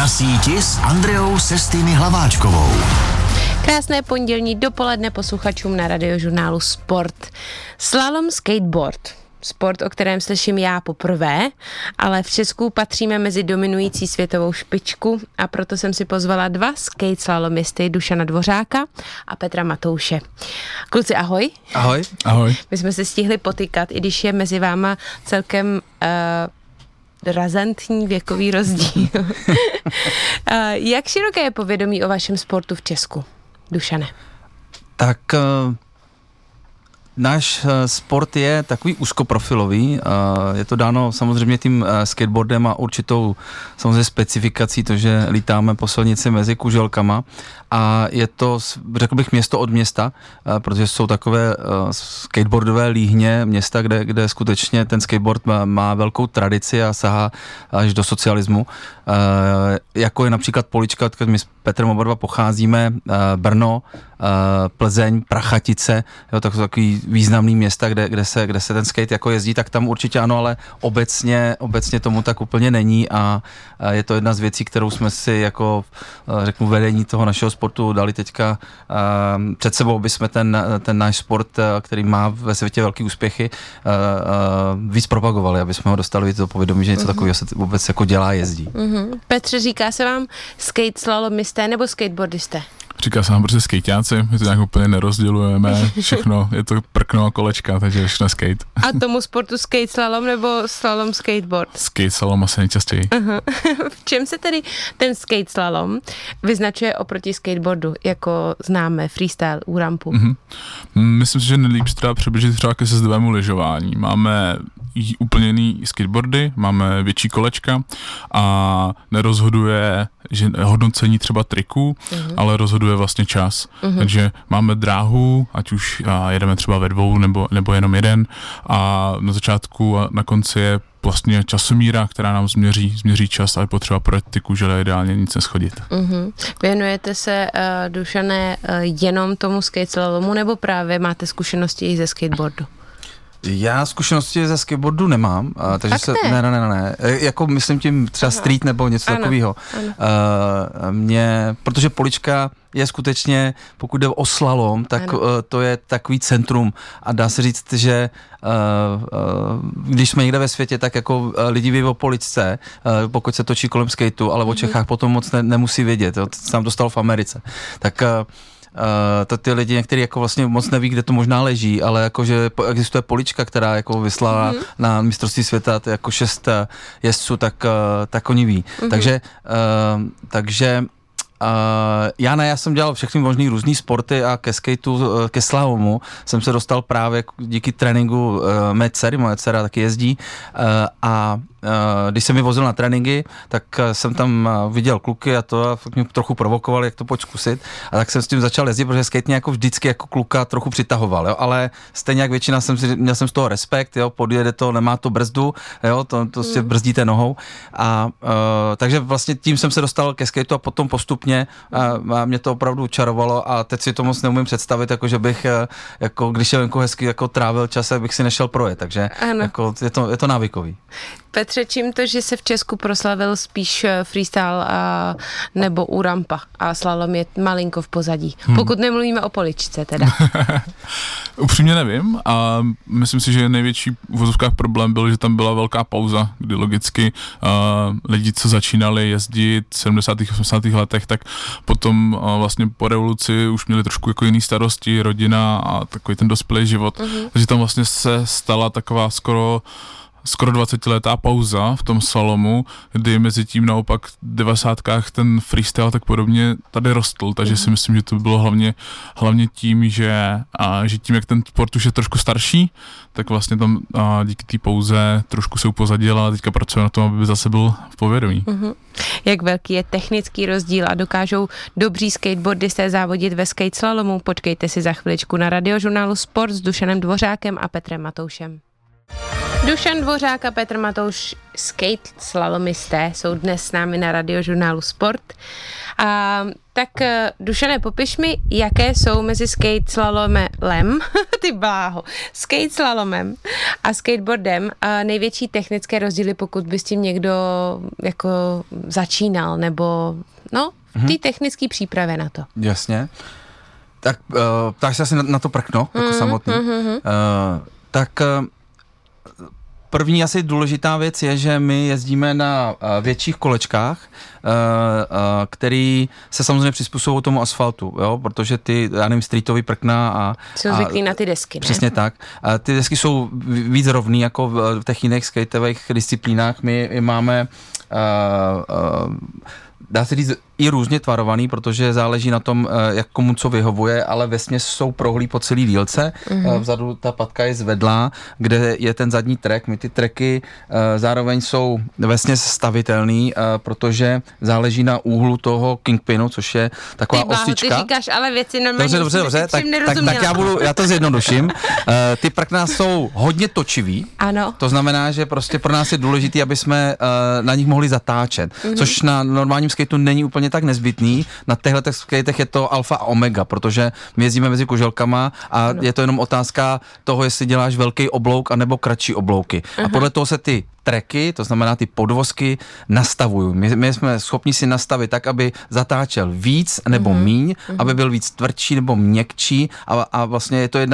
Na síti s Andreou Sestými Hlaváčkovou. Krásné pondělní dopoledne posluchačům na Radiožurnálu Sport. Slalom skateboard. Sport, o kterém slyším já poprvé, ale v Česku patříme mezi dominující světovou špičku a proto jsem si pozvala dva skate slalomisty, Dušana Dvořáka a Petra Matouše. Kluci, ahoj. Ahoj. Ahoj. My jsme se stihli potýkat, i když je mezi váma celkem razantní věkový rozdíl. Jak široké je povědomí o vašem sportu v Česku, Dušane? Tak náš sport je takový úzkoprofilový, je to dáno samozřejmě tím skateboardem a určitou samozřejmě specifikací, to, že lítáme po silnici mezi kuželkama a je to, řekl bych, město od města, protože jsou takové skateboardové líhně města, kde skutečně ten skateboard má velkou tradici a sahá až do socialismu, jako je například Polička, odkud my s Petrem oba dva pocházíme, Brno, Plzeň, Prachatice, jo, tak jsou takový významný města, kde se ten skate jako jezdí, tak tam určitě ano, ale obecně tomu tak úplně není a je to jedna z věcí, kterou jsme si jako, řeknu, vedení toho našeho sportu dali teďka před sebou, aby jsme ten náš sport, který má ve světě velký úspěchy, víc propagovali, aby jsme ho dostali víc do povědomí, že něco takového se vůbec jako dělá, jezdí. Petře, říká se vám skate slalomisté nebo skateboardisté? Říká se nám prostě skejťáci, my to nějak úplně nerozdělujeme, všechno, je to prkno a kolečka, takže všechno skate. A tomu sportu skate slalom nebo slalom skateboard? Skate slalom asi nejčastěji. V čem se tedy ten skate slalom vyznačuje oproti skateboardu, jako známe freestyle, úrampu? Myslím si, že nejlíp se třeba přiblížit třeba ke sjezdovému lyžování. Máme úplně jiný skateboardy, máme větší kolečka a nerozhoduje že hodnocení třeba triků, ale rozhoduje vlastně čas. Takže máme dráhu, ať už jedeme třeba ve dvou nebo jenom jeden a na začátku a na konci je vlastně časomíra, která nám změří čas a je potřeba projet ty kužele, ideálně nic neschodit. Věnujete se, Dušané, jenom tomu skate slalomu nebo právě máte zkušenosti i ze skateboardu? Já zkušenosti ze skateboardu nemám, takže se, ne, jako myslím tím třeba street nebo něco takového. Protože Polička je skutečně, pokud jde o slalom, tak to je takový centrum a dá se říct, že když jsme někde ve světě, tak jako lidi ví o Poličce, pokud se točí kolem skateu, ale o Čechách potom moc nemusí vědět, to se nám dostalo v Americe. Tak to ty lidi někteří jako vlastně moc neví, kde to možná leží, ale jakože existuje Polička, která jako vyslala na mistrovství světa jako 6 jezdců, tak oni ví. Takže já jsem dělal všechny možný různý sporty a ke skateu, ke slalomu jsem se dostal právě díky tréninku mé dcery, moje dcera taky jezdí a když jsem mi vozil na tréninky, tak jsem tam viděl kluky a to a mě trochu provokovali, jak to pojď zkusit a tak jsem s tím začal jezdit, protože skate mě jako vždycky jako kluka trochu přitahoval, jo? Ale stejně jak většina měl jsem z toho respekt, jo? Podjede to, nemá to brzdu, jo? To si brzdíte nohou a takže vlastně tím jsem se dostal ke skateu a potom postupně a mě to opravdu čarovalo a teď si to moc neumím představit, jako že bych, jako když je venku hezky, jako trávil čas, bych si nešel projet, takže jako je to návykový. Petře, čím to, že se v Česku proslavil spíš freestyle nebo úrampa a slalom je malinko v pozadí? Pokud nemluvíme o Poličce teda. Upřímně nevím a myslím si, že největší v uvozovkách problém byl, že tam byla velká pauza, kdy logicky lidi, co začínali jezdit v 70. 80. letech, tak potom vlastně po revoluci už měli trošku jako jiný starosti, rodina a takový ten dospělý život. Takže tam vlastně se stala taková skoro 20letá pauza v tom slalomu, kdy mezi tím naopak v 90kách ten freestyle tak podobně tady rostl, takže si myslím, že to bylo hlavně tím, že tím, jak ten sport už je trošku starší, tak vlastně tam díky té pauze trošku se upozadil a teďka pracuje na tom, aby zase byl v povědomí. Jak velký je technický rozdíl a dokážou dobří skateboardisté závodit ve skate slalomu? Počkejte si za chviličku na Radiožurnálu Sport s Dušanem Dvořákem a Petrem Matoušem. Dušan Dvořák a Petr Matouš, skate slalomisté, jsou dnes s námi na Radiožurnálu Sport. Tak Dušane, popiš mi, jaké jsou mezi skate slalomem a skateboardem největší technické rozdíly, pokud by s tím někdo jako začínal, nebo v té technické přípravě na to. Jasně. Tak ptáš se asi na to prkno, jako samotný. První asi důležitá věc je, že my jezdíme na větších kolečkách, který se samozřejmě přizpůsobují tomu asfaltu, jo? Protože ty, já nevím, streetový prkna jsou zvyklí na ty desky, ne? Přesně tak. Ty desky jsou víc rovný, jako v těch jiných skateových disciplínách. My máme dá se říct i různě tvarovaný, protože záleží na tom, jak komu co vyhovuje, ale vesměs jsou prohlí po celý dílce. Vzadu ta patka je zvedlá, kde je ten zadní trek. My ty treky zároveň jsou vesměs stavitelný, protože záleží na úhlu toho kingpinu, což je taková osička. Ty říkáš ale věci normálně. Dobře, tak já to zjednoduším. Ty prkna jsou hodně točivý. Ano. To znamená, že prostě pro nás je důležité, aby jsme na nich mohli zatáčet, což na normálním skateu není úplně tak nezbytný. Na těchto skatech je to alfa a omega, protože my jezdíme mezi kuželkama a je to jenom otázka toho, jestli děláš velký oblouk anebo kratší oblouky. A podle toho se ty treky, to znamená ty podvozky, nastavují. My jsme schopni si nastavit tak, aby zatáčel víc nebo míň, aby byl víc tvrdší nebo měkčí a vlastně je to jedna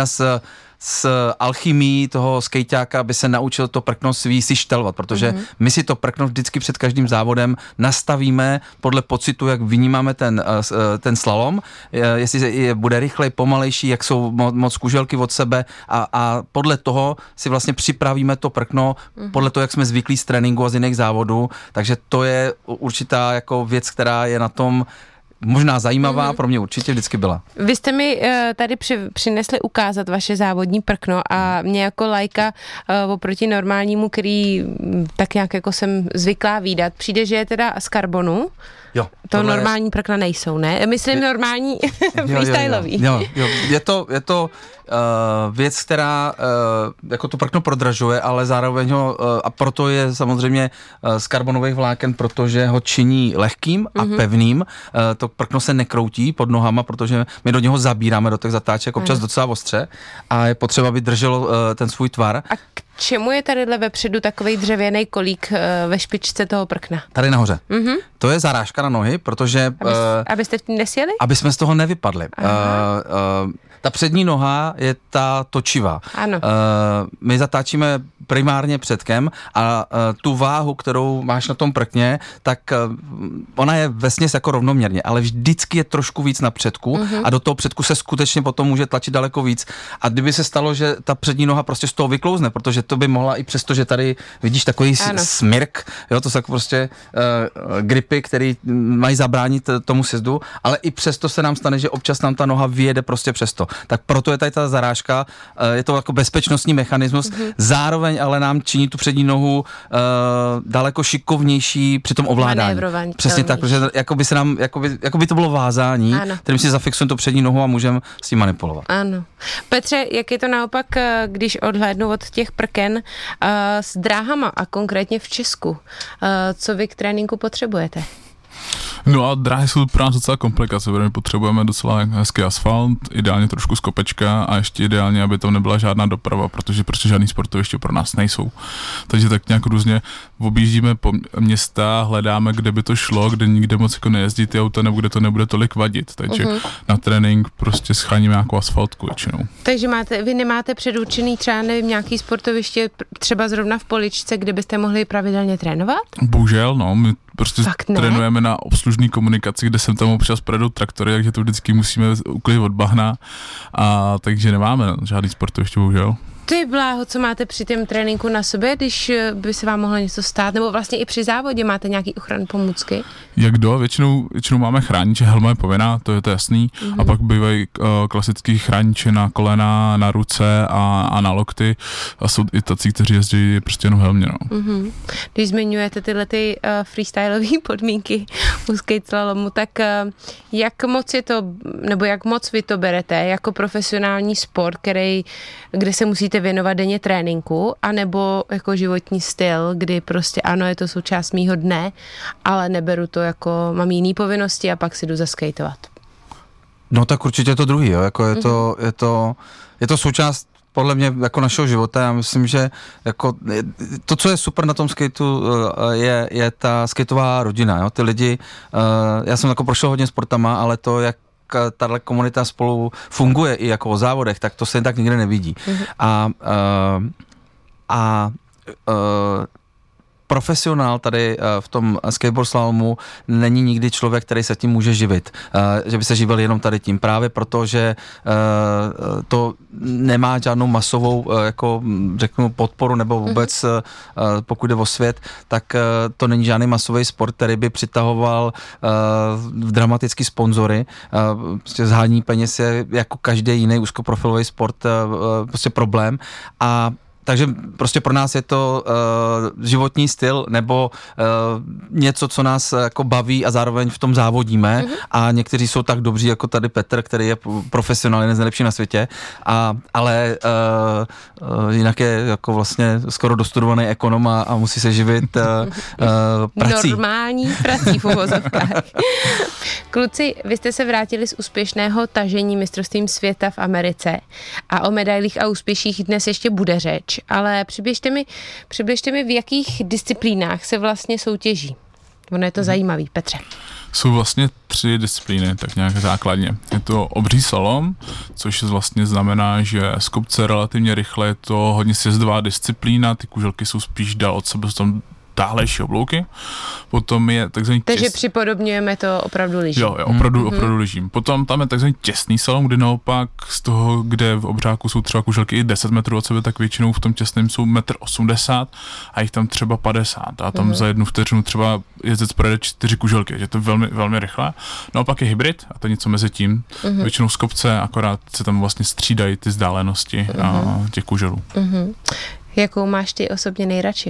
z alchymii toho skejťáka, aby se naučil to prkno svý si štelovat, protože my si to prkno vždycky před každým závodem nastavíme podle pocitu, jak vnímáme ten slalom, jestli bude rychlej, pomalejší, jak jsou moc kuželky od sebe a podle toho si vlastně připravíme to prkno podle toho, jak jsme zvyklí z tréninku a z jiných závodů, takže to je určitá jako věc, která je na tom možná zajímavá, pro mě určitě vždycky byla. Vy jste mi tady přinesli ukázat vaše závodní prkno a mě jako lajka oproti normálnímu, který tak nějak jako jsem zvyklá vídat, přijde, že je teda z karbonu. Jo, to normální prkna nejsou, ne? Myslím normální freestylový. Jo. Je to věc, která jako to prkno prodražuje, ale zároveň a proto je samozřejmě z karbonových vláken, protože ho činí lehkým a pevným. To prkno se nekroutí pod nohama, protože my do něho zabíráme do těch zatáček občas docela ostře a je potřeba, aby drželo ten svůj tvar. A k čemu je tadyhle vepředu takovej dřevěný kolík ve špičce toho prkna? Tady nahoře. To je zarážka na nohy, protože abyste v tím nesjeli? Aby jsme z toho nevypadli. Ta přední noha je ta točivá. Ano. My zatáčíme primárně předkem a tu váhu, kterou máš na tom prkně, tak ona je vesměs jako rovnoměrně, ale vždycky je trošku víc na předku a do toho předku se skutečně potom může tlačit daleko víc. A kdyby se stalo, že ta přední noha prostě z toho vyklouzne, protože to by mohla i přesto, že tady vidíš takový smirk, jo, to jsou jako prostě gripy, které mají zabránit tomu sjezdu, ale i přesto se nám stane, že občas nám ta noha vyjede prostě přesto. Tak proto je tady ta zarážka, je to jako bezpečnostní mechanismus, zároveň ale nám činí tu přední nohu daleko šikovnější při tom ovládání. Přesně tak, protože jako by to bylo vázání, kterým si zafixujeme tu přední nohu a můžeme s tím manipulovat. Ano. Petře, jak je to naopak, když odhlédnu od těch prken s dráhama a konkrétně v Česku? Co vy k tréninku potřebujete? No a dráhy jsou pro nás docela komplikace, protože my potřebujeme docela hezký asfalt, ideálně trošku z kopečka a ještě ideálně, aby tam nebyla žádná doprava, protože prostě žádný sportoviště pro nás nejsou. Takže tak nějak různě objíždíme po města, hledáme, kde by to šlo, kde nikde moc jako nejezdí ty auta, nebo kde to nebude tolik vadit. Takže na trénink prostě scháníme nějakou asfaltku většinou. Takže vy nemáte předurčený třeba nevím, nějaký sportoviště, třeba zrovna v Poličce, kde byste mohli pravidelně trénovat? Bohužel, no, my prostě trénujeme na obslužný komunikaci, kde sem tam občas projedou traktory, takže to vždycky musíme uklidit od bahna a takže nemáme žádný sportoviště, bohužel. Ty bláho, co máte při tom tréninku na sobě, když by se vám mohlo něco stát, nebo vlastně i při závodě máte nějaký ochranné pomůcky? Většinou máme chrániče, helma je povinná, to je to jasný, a pak bývají klasický chrániče na kolena, na ruce a na lokty a jsou i tací, kteří jezdí prostě jenom helmě, no. Když zmiňujete tyhle ty freestylové podmínky, u skate slalomu, tak jak moc je to, nebo jak moc vy to berete jako profesionální sport, kde se musíte věnovat denně tréninku, anebo jako životní styl, kdy prostě ano, je to součást mýho dne, ale neberu to jako mám jiný povinnosti a pak si jdu zaskejtovat. No tak určitě to druhý, jo, jako je to součást podle mě jako našeho života. Já myslím, že jako to, co je super na tom skateu, je ta skateová rodina, jo, ty lidi, já jsem jako prošel hodně sportama, ale to, jak tahle komunita spolu funguje i jako o závodech, tak to se jen tak nikdy nevidí. Profesionál tady v tom skateboard slalomu není nikdy člověk, který se tím může živit. Že by se živil jenom tady tím. Právě proto, že to nemá žádnou masovou, jako řeknu, podporu nebo vůbec, pokud jde o svět, tak to není žádný masový sport, který by přitahoval dramatický sponzory. Prostě zhání peněz je jako každý jiný úzkoprofilový sport prostě problém. Takže prostě pro nás je to životní styl nebo něco, co nás jako baví a zároveň v tom závodíme a někteří jsou tak dobří jako tady Petr, který je profesionál, jeden z nejlepších na světě, ale jinak je jako vlastně skoro dostudovaný ekonom a musí se živit prací. Normální prací v uvozovkách. Kluci, vy jste se vrátili z úspěšného tažení mistrovstvím světa v Americe a o medailích a úspěších dnes ještě bude řeč, ale přibližte mi, v jakých disciplínách se vlastně soutěží. Ono je to zajímavý, Petře. Jsou vlastně 3 disciplíny, tak nějak základně. Je to obří slalom, což vlastně znamená, že z kopce relativně rychle je to hodně sjezdová disciplína, ty kuželky jsou spíš dál od sebe, tam dálejší oblouky. Potom je takzvaný Takže připodobňujeme to opravdu lyžím. Jo, opravdu lyžím. Potom tam je takzvaný těsný slalom, kdy naopak z toho, kde v obřáku jsou třeba kuželky i 10 metrů od sebe, tak většinou v tom těsném jsou 1,80 m a jich tam třeba 50. A tam za 1 vteřinu třeba jezdec projede 4 kuželky, takže to je velmi, velmi rychle. Naopak je hybrid a to je něco mezi tím. Většinou z kopce, akorát se tam vlastně střídají ty vzdálenosti těch kuželů. Jakou máš ty osobně nejradši?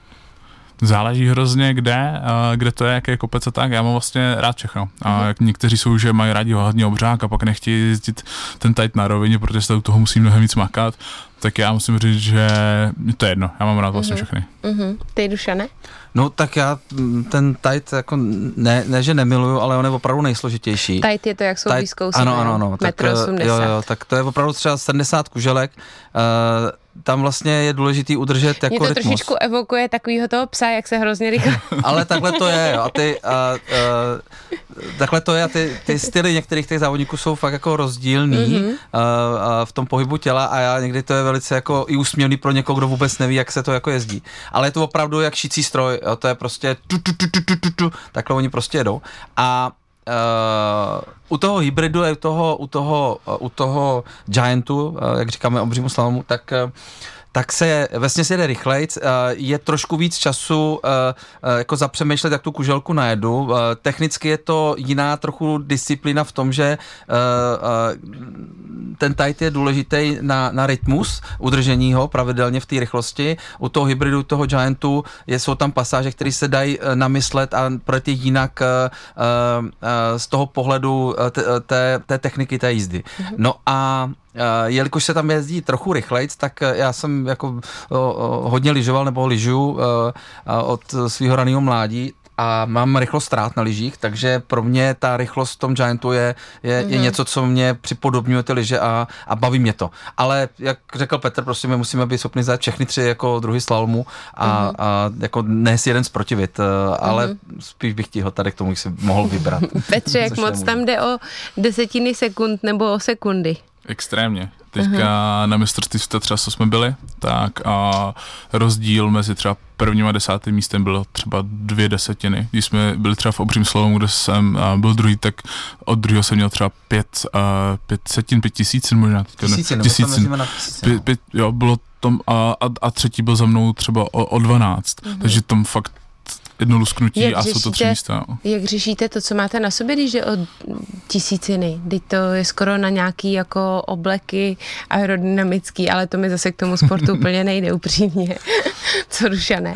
Záleží hrozně kde to je, jaký je kopec a tak. Já mám vlastně rád všechno. A jak někteří jsou, že mají rádi hodně obřák a pak nechtějí jezdit ten tight na rovině, protože se u toho musí mnohem víc makat, tak já musím říct, že to je jedno. Já mám rád vlastně všechny. Ty, Dušane? No tak já ten tight jako ne, že nemiluju, ale on je opravdu nejsložitější. Tight je to, jak jsou výzkousy. Ano. 1,80 m. Jo, tak to je opravdu třeba 70 kuželek. Tam vlastně je důležitý udržet jako rytmus. Mě to trošičku evokuje takovýho toho psa, jak se hrozně rychle... Ale takhle to je, jo. Takhle to je a ty styly některých těch závodníků jsou fakt jako rozdílný v tom pohybu těla a já někdy to je velice jako i úsměvný pro někoho, kdo vůbec neví, jak se to jako jezdí. Ale je to opravdu jak šicí stroj, jo. To je prostě takhle oni prostě jedou. A u toho hybridu, u toho giantu, jak říkáme obřímu slalomu, tak se vesměs jede rychlejc, je trošku víc času jako zapřemýšlet, jak tu kuželku najedu. Technicky je to jiná trochu disciplína v tom, že ten tight je důležitý na rytmus, udržení ho pravidelně v té rychlosti. U toho hybridu, toho giantu jsou tam pasáže, které se dají namyslet a projet jinak z toho pohledu té techniky té jízdy. No a jelikož se tam jezdí trochu rychlejc, tak já jsem jako hodně lyžoval nebo lyžuju od svého raného mládí a mám rychlost rád na lyžích, takže pro mě ta rychlost v tom giantu je něco, co mě připodobňuje ty lyže a baví mě to. Ale jak řekl Petr, prostě my musíme být schopni zajet všechny 3 jako druhy slalomu a jako nes jeden zprotivit, ale spíš bych ti ho tady k tomu si mohl vybrat. Petře, jak moc tam jde o desetiny sekund nebo o sekundy? Extrémně. Teďka na mistrovství světa třeba, co jsme byli, tak a rozdíl mezi třeba 1. a 10. místem bylo třeba 2 desetiny. Když jsme byli třeba v obřím slalomu, kde jsem byl druhý, tak od druhého jsem měl třeba 5 tisíc, možná. Tisícin. Jo, bylo tam a třetí byl za mnou třeba o 12. Takže tam fakt jedno lusknutí a jsou to 3 místa. Jak řešíte to, co máte na sobě, když jde o tisíciny. Teď to je skoro na nějaký jako obleky aerodynamický, ale to mi zase k tomu sportu úplně nejde upřímně. Co, Dušane?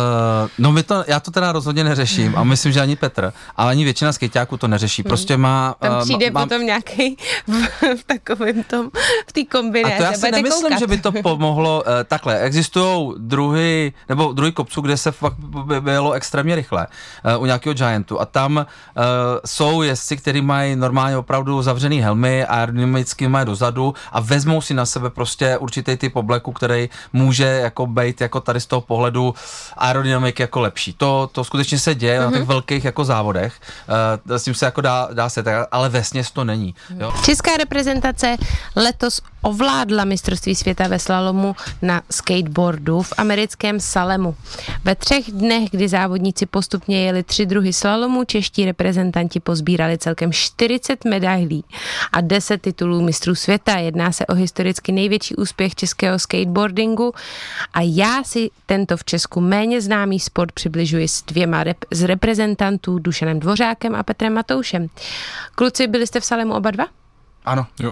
No já to teda rozhodně neřeším a myslím, že ani Petr, ale ani většina skejťáků to neřeší. Prostě má... Tam přijde potom nějaký v takovém tom, v té kombinéze. A to já si nemyslím, že by to pomohlo. Takhle, existují druhy kopců, kde se fakt bylo extrémně rychle u nějakého Giantu a tam jsou jezdci, kteří mají normálně opravdu zavřený helmy, aerodynamicky mají dozadu a vezmou si na sebe prostě určitý typ obleku, který může jako být jako tady z toho pohledu aerodynamik jako lepší. To skutečně se děje na těch velkých jako závodech, s tím se jako dá se, ale vesměs to není. Jo? Česká reprezentace letos ovládla mistrovství světa ve slalomu na skateboardu v americkém Salemu. Ve 3 dnech, kdy závodníci postupně jeli 3 druhy slalomu, čeští reprezentanti pozbírali celkem 40 medailí a 10 titulů mistrů světa. Jedná se o historicky největší úspěch českého skateboardingu a já si tento v Česku méně známý sport přibližuji s 2 z reprezentantů, Dušanem Dvořákem a Petrem Matoušem. Kluci, byli jste v Salemu oba dva? Ano. Jo.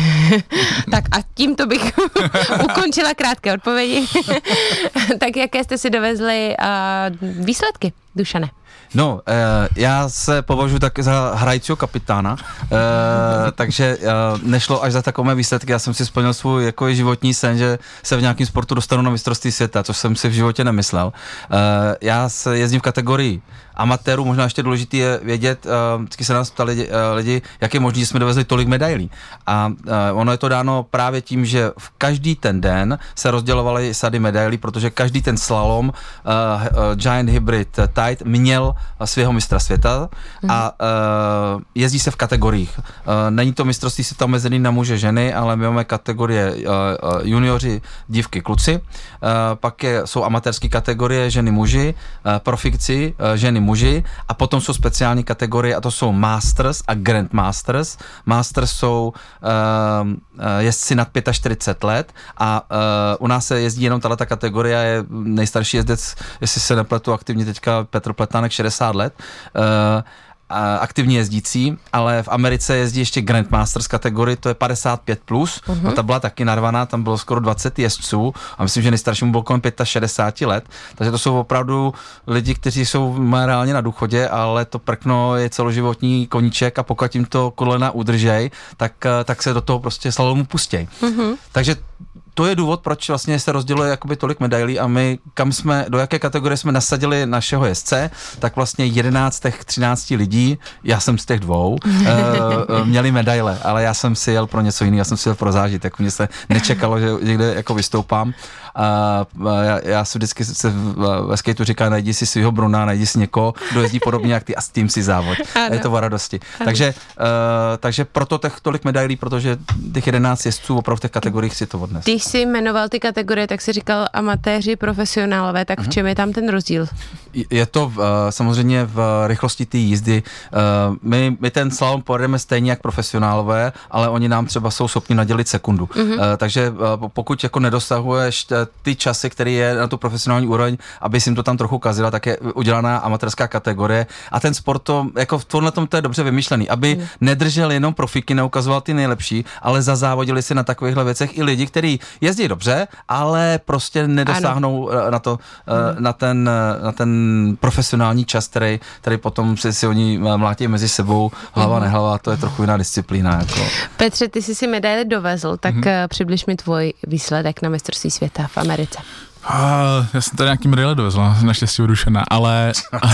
Tak a tímto bych ukončila krátké odpovědi. Tak jaké jste si dovezli výsledky, Dušane? No, já se považuji taky za hrajícího kapitána, takže nešlo až za takové výsledky. Já jsem si splnil svůj jako životní sen, že se v nějakém sportu dostanu na mistrovství světa, což jsem si v životě nemyslel. Já se jezdím v kategorii amatérů, možná ještě důležité je vědět, vždycky se nás ptali lidi, jak je možné, že jsme dovezli tolik medailí. A ono je to dáno právě tím, že v každý ten den se rozdělovaly sady medailí, protože každý ten slalom Giant Hybrid Tide měl svého mistra světa a jezdí se v kategoriích. Není to mistrovství světa omezený na muže, ženy, ale my máme kategorie junioři, dívky, kluci. Pak jsou amatérské kategorie ženy, muži, profikci, ženy, muži a potom jsou speciální kategorie a to jsou Masters a Grandmasters. Masters jsou jezdci nad 45 let a u nás se jezdí jenom tato kategorie, je nejstarší jezdec, jestli se nepletu aktivně teďka Petr Pletánek, 60 let, aktivní jezdící, ale v Americe jezdí ještě Grandmasters kategorii, to je 55+, no ta byla taky narvaná, tam bylo skoro 20 jezdců a myslím, že nejstaršímu bylo kolem 65 let, takže to jsou opravdu lidi, kteří jsou reálně na důchodě, ale to prkno je celoživotní koníček a pokud jim to kolena udržej, tak se do toho prostě slalomu pustěj. Takže to je důvod, proč vlastně se rozděluje jakoby tolik medailí a my, do jaké kategorie jsme nasadili našeho jezdce, tak vlastně 11 těch 13 lidí, já jsem z těch 2, měli medaile, ale já jsem si jel pro něco jiného, já jsem si jel pro zážitek, mně se nečekalo, že někde jako vystoupám. Já si vždycky ve skateu říká, najdi si svýho Bruna, najdi si někoho, kdo jezdí podobně jak ty a s tím si závod. A je to o radosti. Takže proto tolik medailí, protože těch 11 jezdců opravdu v těch kategoriích si to odnes. Když jsi jmenoval ty kategorie, tak jsi říkal amatéři, profesionálové, tak v čem je tam ten rozdíl? Je to samozřejmě v rychlosti té jízdy. My ten slalom pojedeme stejně jak profesionálové, ale oni nám třeba jsou schopni nadělit sekundu. Takže pokud jako nedosahuješ ty časy, které je na tu profesionální úroveň, aby si jim to tam trochu kazila, tak je udělaná amatérská kategorie a ten sport to, jako v tomhletom to je dobře vymyšlený, aby nedržel jenom profíky, neukazoval ty nejlepší, ale zazávodili si na takovýchhle věcech i lidi, kteří jezdí dobře, ale prostě nedosáhnou na ten profesionální čas, který potom si oni mlátí mezi sebou, hlava nehlava, to je trochu jiná disciplína. Jako. Petře, ty jsi si medaili dovezl, tak přibliž mi tvůj výsledek na mistrovství světa v Americe. Já jsem tady nějaký medaile dovezl, naštěstí Dušana, ale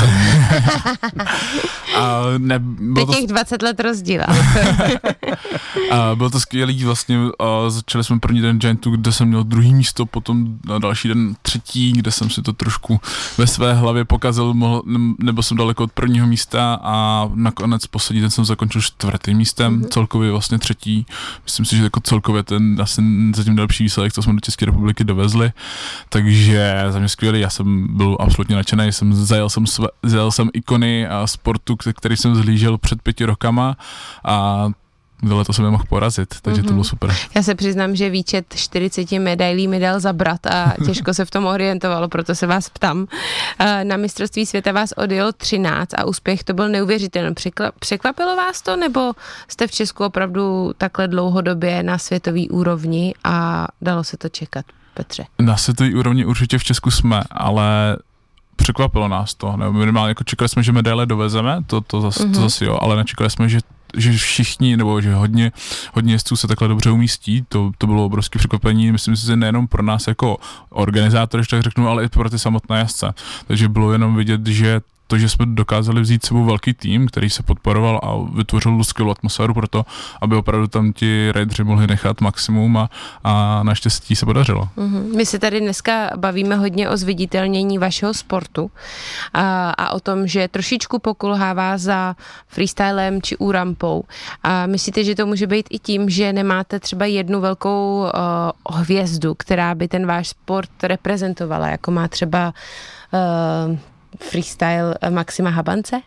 bylo těch 20 let rozdíl. Bylo to skvělý, vlastně začali jsme první den Giantu, kde jsem měl 2. místo, potom na další den 3., kde jsem si to trošku ve své hlavě pokazil, nebo jsem daleko od 1. místa a nakonec poslední den jsem zakončil 4. místem, celkově vlastně 3. Myslím si, že jako celkově ten asi zatím nejlepší výsledek, co jsme do České republiky dovezli. Takže za mě skvělý, já jsem byl absolutně nadšený, zajel jsem ikony sportu, který jsem zhlížel před 5 rokama a kdo to se mi mohl porazit, takže to bylo super. Já se přiznám, že výčet 40 medailí mi dal zabrat a těžko se v tom orientovalo, proto se vás ptám. Na mistrovství světa vás odjelo 13 a úspěch to byl neuvěřitelný. Překvapilo vás to, nebo jste v Česku opravdu takhle dlouhodobě na světový úrovni a dalo se to čekat, Petře? Na světový úrovni určitě v Česku jsme, ale překvapilo nás to, nebo minimálně jako čekali jsme, že medaile dovezeme, to zase jo, ale nečekali jsme, že všichni, nebo že hodně jezdců se takhle dobře umístí, to bylo obrovské překvapení, myslím si, že nejenom pro nás jako organizátory, tak řeknu, ale i pro ty samotné jezdce. Takže bylo jenom vidět, že to, že jsme dokázali vzít sebou velký tým, který se podporoval a vytvořil skvělou atmosféru pro to, aby opravdu tam ti raidři mohli nechat maximum a naštěstí se podařilo. My se tady dneska bavíme hodně o zviditelnění vašeho sportu a o tom, že trošičku pokulhává za freestylem či úrampou. A myslíte, že to může být i tím, že nemáte třeba jednu velkou hvězdu, která by ten váš sport reprezentovala, jako má třeba freestyle Maxima Habance?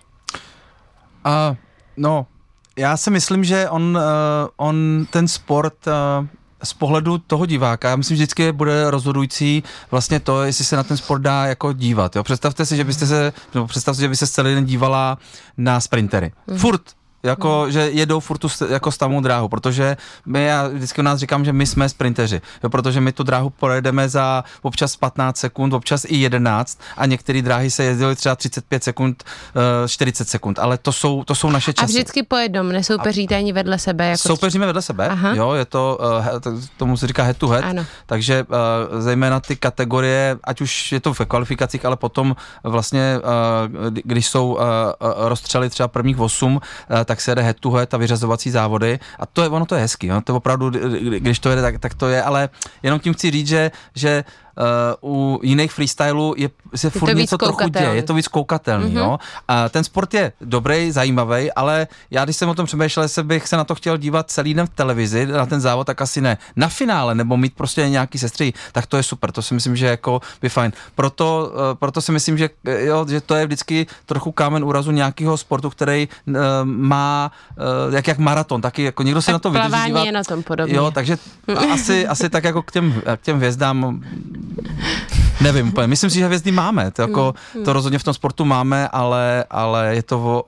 No, já si myslím, že on ten sport z pohledu toho diváka, já myslím, že vždycky bude rozhodující vlastně to, jestli se na ten sport dá jako dívat. Jo? Představte si, že by se celý den dívala na sprintery. Furt. Jako, že jedou furt tu jako stavnou dráhu, protože já vždycky u nás říkám, že my jsme sprinteři, jo, protože my tu dráhu projedeme za občas 15 sekund, občas i 11 a některé dráhy se jezdily třeba 35 sekund, 40 sekund, ale to jsou naše časy. A vždycky po jednom, nesoupeříte ani vedle sebe? Jako soupeříme vedle sebe, jo, je to, tomu se říká head to head, ano. Takže zejména ty kategorie, ať už je to ve kvalifikacích, ale potom vlastně, když jsou rozstřely třeba prvních 8, tak se jede head to head a vyřazovací závody a ono to je hezký, no? To je opravdu, když to jede, tak to je, ale jenom tím chci říct, že u jiných freestylů se furt něco trochu děje, je to víc koukatelný, jo. A ten sport je dobrý, zajímavý, ale já když jsem o tom přemýšlel, jestli bych se na to chtěl dívat celý den v televizi, na ten závod, tak asi ne. Na finále, nebo mít prostě nějaký sestří, tak to je super, to si myslím, že jako by fajn. Proto si myslím, že to je vždycky trochu kámen úrazu nějakého sportu, který má jak maraton, taky jako někdo se na to vydrží dívat. Je na tom podobně. Jo, takže asi tak jako k těm hvězdám nevím úplně. Myslím si, že hvězdy máme. To rozhodně v tom sportu máme, ale je to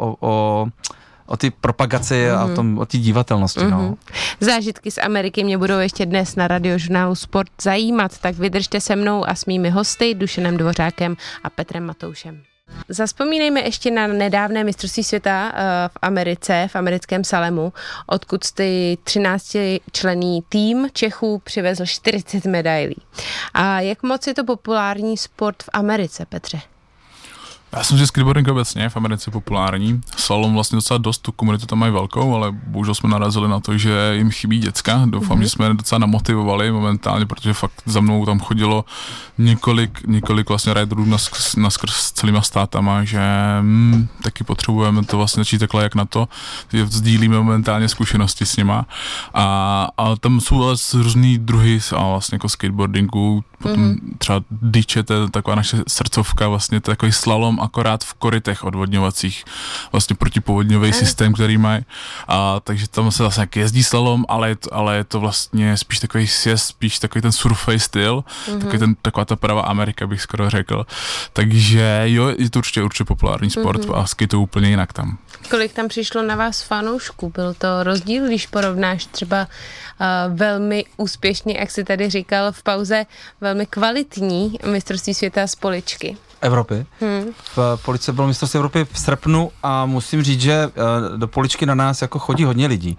o ty propagaci a o té divatelnosti. No. Zážitky z Ameriky mě budou ještě dnes na Radiožurnálu Sport zajímat, tak vydržte se mnou a s mými hosty Dušanem Dvořákem a Petrem Matoušem. Zavzpomínejme ještě na nedávné mistrovství světa v Americe, v americkém Salemu, odkud ty 13členný tým Čechů přivezl 40 medailí. A jak moc je to populární sport v Americe, Petře? Já si myslím, že skateboarding obecně v Americe populární. Slalom vlastně docela dost, tu komunitu tam mají velkou, ale bohužel jsme narazili na to, že jim chybí děcka. Doufám, že jsme je docela namotivovali momentálně, protože fakt za mnou tam chodilo několik vlastně riderů naskrz celýma státama, že taky potřebujeme to vlastně začít takhle jak na to, že sdílíme momentálně zkušenosti s nima. A tam jsou ale různý druhy vlastně jako skateboardingu, potom třeba diče, to je taková naše srdcovka, vlastně to je takový slalom akorát v korytech odvodňovacích, vlastně protipovodňový systém, který mají. Takže tam se zase jezdí slalom, ale je to vlastně spíš takový sjezd, spíš takový ten surfej styl, taková ta pravá Amerika, bych skoro řekl. Takže jo, je to určitě populární sport a skate to úplně jinak tam. Kolik tam přišlo na vás fanoušků? Byl to rozdíl, když porovnáš třeba velmi úspěšný, jak jsi tady říkal v pauze, velmi kvalitní mistrovství světa z poličky? Evropy. V Police bylo mistrovství Evropy v srpnu a musím říct, že do Poličky na nás jako chodí hodně lidí.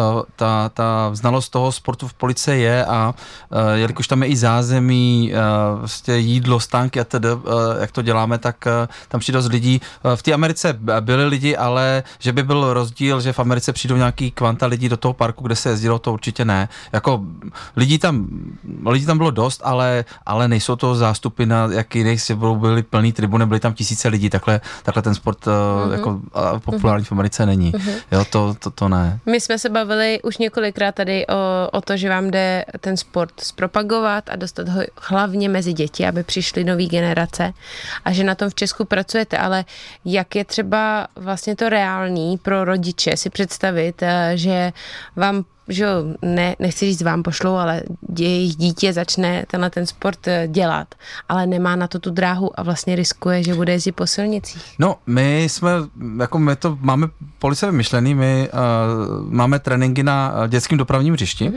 Ta znalost toho sportu v Police je a jelikož tam je i zázemí, vlastně jídlo, stánky a tedy, jak to děláme, tak tam přijde dost lidí. V té Americe byli lidi, ale že by byl rozdíl, že v Americe přijdou nějaký kvanta lidí do toho parku, kde se jezdilo, to určitě ne. Jako lidí tam bylo dost, ale nejsou to zástupy, na jak jiných si byli plný tribuny, byly tam tisíce lidí, takhle ten sport jako populární v Americe není. Jo, to ne. My jsme se bavili už několikrát tady o to, že vám jde ten sport zpropagovat a dostat ho hlavně mezi děti, aby přišly nový generace a že na tom v Česku pracujete, ale jak je třeba vlastně to reálný pro rodiče si představit, že vám, že nechci říct vám pošlou, ale jejich dítě začne tenhle ten sport dělat, ale nemá na to tu dráhu a vlastně riskuje, že bude jezdit po silnicích. No, my to máme policie vymyšlený, my máme tréninky na dětském dopravním hřišti,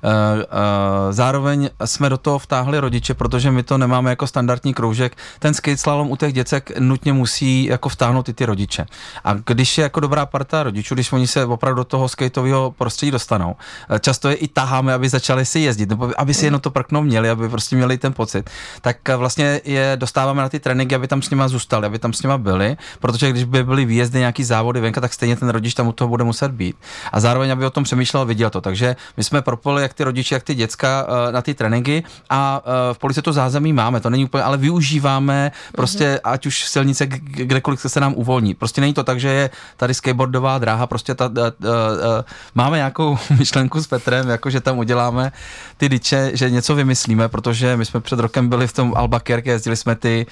zároveň jsme do toho vtáhli rodiče, protože my to nemáme jako standardní kroužek, ten skate slalom u těch děcek nutně musí jako vtáhnout i ty rodiče. A když je jako dobrá parta rodičů, když oni se opravdu do toho skateového prostředí dostanou, často je i taháme, aby začali si jezdit, nebo aby si jenom to prknou měli, aby prostě měli ten pocit, tak vlastně je dostáváme na ty tréninky, aby tam s nima zůstali, aby tam s nima byli, protože když by byly výjezdy, nějaký závody venka, tak stejně ten rodič tam u toho bude muset být. A zároveň, aby o tom přemýšlel, viděl to. Takže my jsme propojili jak ty rodiče, jak ty děcka na ty tréninky a v Policii to zázemí máme, to není úplně, ale využíváme prostě, ať už silnice, kdekoliv se nám uvolní. Prostě není to tak, že je tady skateboardová dráha, prostě máme nějakou myšlenku s Petrem, jako že tam uděláme ty dyče, že něco vymyslíme, protože my jsme před rokem byli v tom Albuquerque, jezdili jsme ty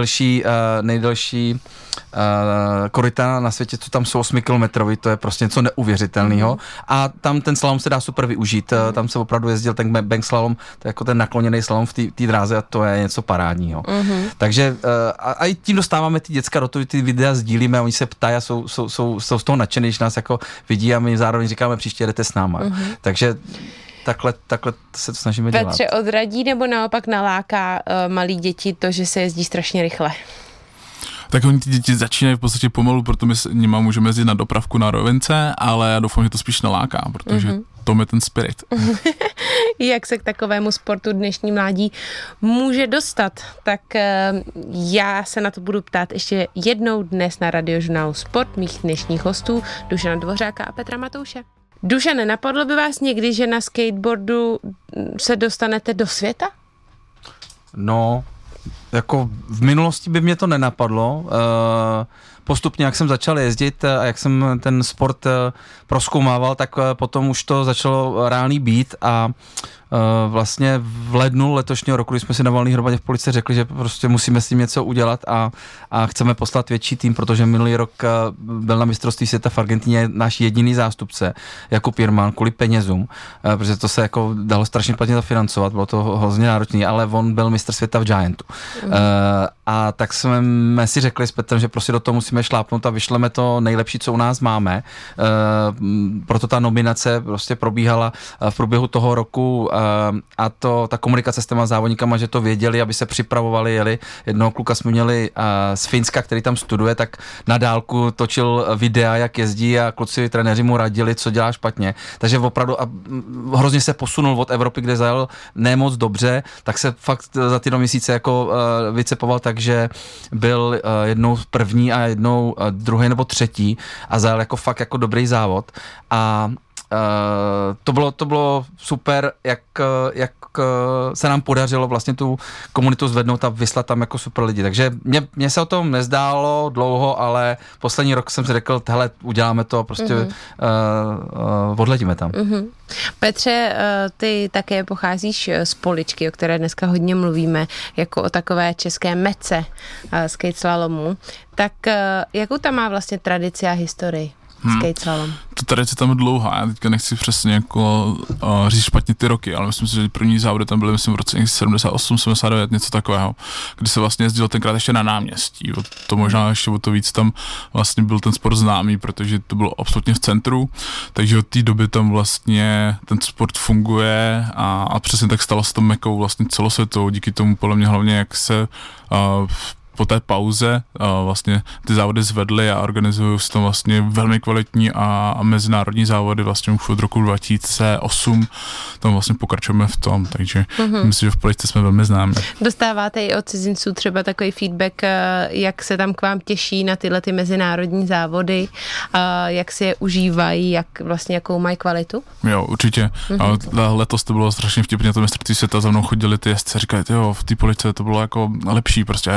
nejdelší koryta na světě, co tam jsou 8kilometrový, to je prostě něco neuvěřitelného a tam ten slalom se dá super využít, tam se opravdu jezdil ten bank slalom, to je jako ten nakloněný slalom v té dráze a to je něco parádního. Takže a i tím dostáváme ty děcka do toho, ty videa sdílíme a oni se ptají a jsou z toho nadšený, když nás jako vidí a my zároveň říkáme, příště jdete s náma. Takže takhle se to snažíme dělat. Petře, odradí nebo naopak naláká malí děti to, že se jezdí strašně rychle? Tak oni ty děti začínají v podstatě pomalu, proto my s nima můžeme jezdit na dopravku na rovince, ale já doufám, že to spíš naláká, protože to je ten spirit. Jak se k takovému sportu dnešní mládí může dostat? Tak já se na to budu ptát ještě jednou dnes na Radiožurnálu Sport mých dnešních hostů Dušana Dvořáka a Petra Matouše. Dušane, napadlo by vás někdy, že na skateboardu se dostanete do světa? No, jako v minulosti by mě to nenapadlo. Postupně, jak jsem začal jezdit a jak jsem ten sport prozkoumával, tak potom už to začalo reálný být a vlastně v lednu letošního roku, když jsme si na Valné hromadě v Policii řekli, že prostě musíme s tím něco udělat a chceme poslat větší tým, protože minulý rok byl na mistrovství světa v Argentině náš jediný zástupce, Jakub Jirman, kvůli penězům, protože to se jako dalo strašně špatně zafinancovat, bylo to hrozně náročné, ale on byl mistr světa v Giantu. A tak jsme si řekli s Petrem, že prostě do toho musíme šlápnout a vyšleme to nejlepší, co u nás máme. Proto ta nominace prostě probíhala v průběhu toho roku a ta komunikace s těma závodníkama, že to věděli, aby se připravovali, jeli. Jednoho kluka jsme měli z Finska, který tam studuje, tak na dálku točil videa, jak jezdí a kluci trenéři mu radili, co dělá špatně. Takže opravdu hrozně se posunul od Evropy, kde zajel nemoc dobře, tak se fakt za ty 2 měsíce jako vycepoval, takže byl jednou první a jednou druhý nebo třetí a zajel jako fakt jako dobrý závod a to bylo super, jak se nám podařilo vlastně tu komunitu zvednout a vyslat tam jako super lidi. Takže mně se o tom nezdálo dlouho, ale poslední rok jsem si řekl, hele, uděláme to, prostě odletíme tam. Petře, ty také pocházíš z Poličky, o které dneska hodně mluvíme, jako o takové české mece skate slalomu. Tak jakou tam má vlastně tradici a historii? Skate slalom. To tradice tam je dlouhá, já teďka nechci přesně jako říct špatně ty roky, ale myslím si, že první závody tam byly, myslím, v roce 78, 79, něco takového, kdy se vlastně jezdil tenkrát ještě na náměstí. To možná ještě o to víc tam vlastně byl ten sport známý, protože to bylo absolutně v centru, takže od té doby tam vlastně ten sport funguje a přesně tak stalo se to mekou vlastně celosvětovou, díky tomu podle mě hlavně, jak se po té pauze vlastně ty závody zvedly a organizují se tam vlastně velmi kvalitní a mezinárodní závody vlastně už od roku 2008 tam vlastně pokračujeme v tom, takže myslím, že v Poličce jsme velmi známi. Dostáváte i od cizinců třeba takový feedback, jak se tam k vám těší na tyhle ty mezinárodní závody, jak si je užívají, jak vlastně jakou mají kvalitu? Jo, určitě. Letos to bylo strašně vtipně, to mistrovství světa za mnou chodili ty jezdci a říkali, jo, v té Poličce to bylo jako lepší prostě.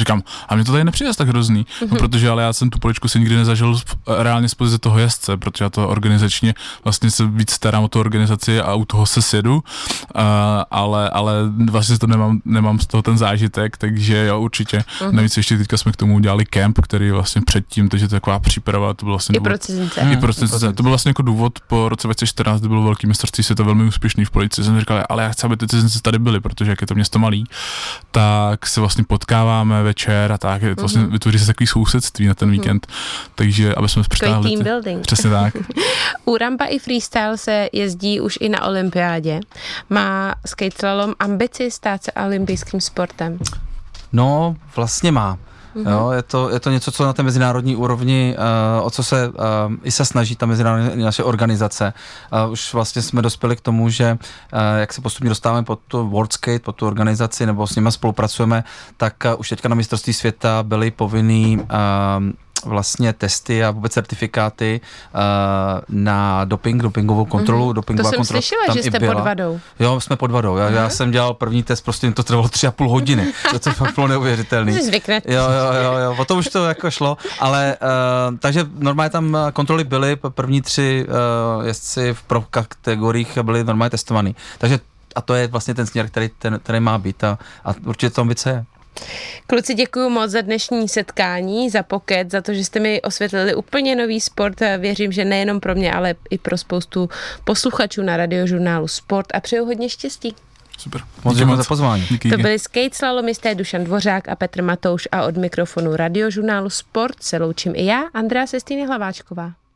Říkám, a mě to tady nepřijde tak hrozný, no, protože ale já jsem tu poličku si nikdy nezažil reálně z pozice toho jezdce, protože já to organizačně vlastně se víc starám o tu organizaci a u toho se sjedu, ale vlastně to nemám z toho ten zážitek, takže jo, určitě. Navíc ještě teďka jsme k tomu udělali kemp, který vlastně předtím, takže to je taková příprava, to byl vlastně I pro cizince. I pro cizince. To byl vlastně jako důvod po roce 2014, kdy bylo velký mistrovství světa velmi úspěšný v Polici. Jsem říkal, ale já chci, aby ty cizinci tady byli, protože jak je to město malý, tak se vlastně potkáváme večer a tak, vlastně vytvoří se takový sousedství na ten víkend, takže aby jsme přitáhli. Team building. Přesně tak. U rampa i freestyle se jezdí už i na olympiádě. Má skate slalom ambici stát se olympijským sportem? No, vlastně má. Jo, je to něco, co na té mezinárodní úrovni, o co se i se snaží ta mezinárodní naše organizace. Už vlastně jsme dospěli k tomu, že jak se postupně dostáváme pod tu World Skate, pod tu organizaci, nebo s nimi spolupracujeme, tak už teďka na mistrovství světa byly povinný vlastně testy a vůbec certifikáty na dopingovou kontrolu. To jsem slyšela, že jste pod vadou. Jo, jsme pod vadou. Já jsem dělal první test, prostě to trvalo 3,5 hodiny. To fakt bylo neuvěřitelný. Jsi zvyknete. Jo, potom už to jako šlo, ale takže normálně tam kontroly byly, první 3 jezdci v pro kategoriích byly normálně testovaný. Takže a to je vlastně ten směr, který má být a určitě to ambice je. Kluci, děkuju moc za dnešní setkání, za pokec, za to, že jste mi osvětlili úplně nový sport. Věřím, že nejenom pro mě, ale i pro spoustu posluchačů na Radiožurnálu Sport a přeju hodně štěstí. Super. Moc děkuji za pozvání. Díky. To byli skate slalomisté Dušan Dvořák a Petr Matouš a od mikrofonu Radiožurnálu Sport se loučím i já, Andrea Sestýny Hlaváčková.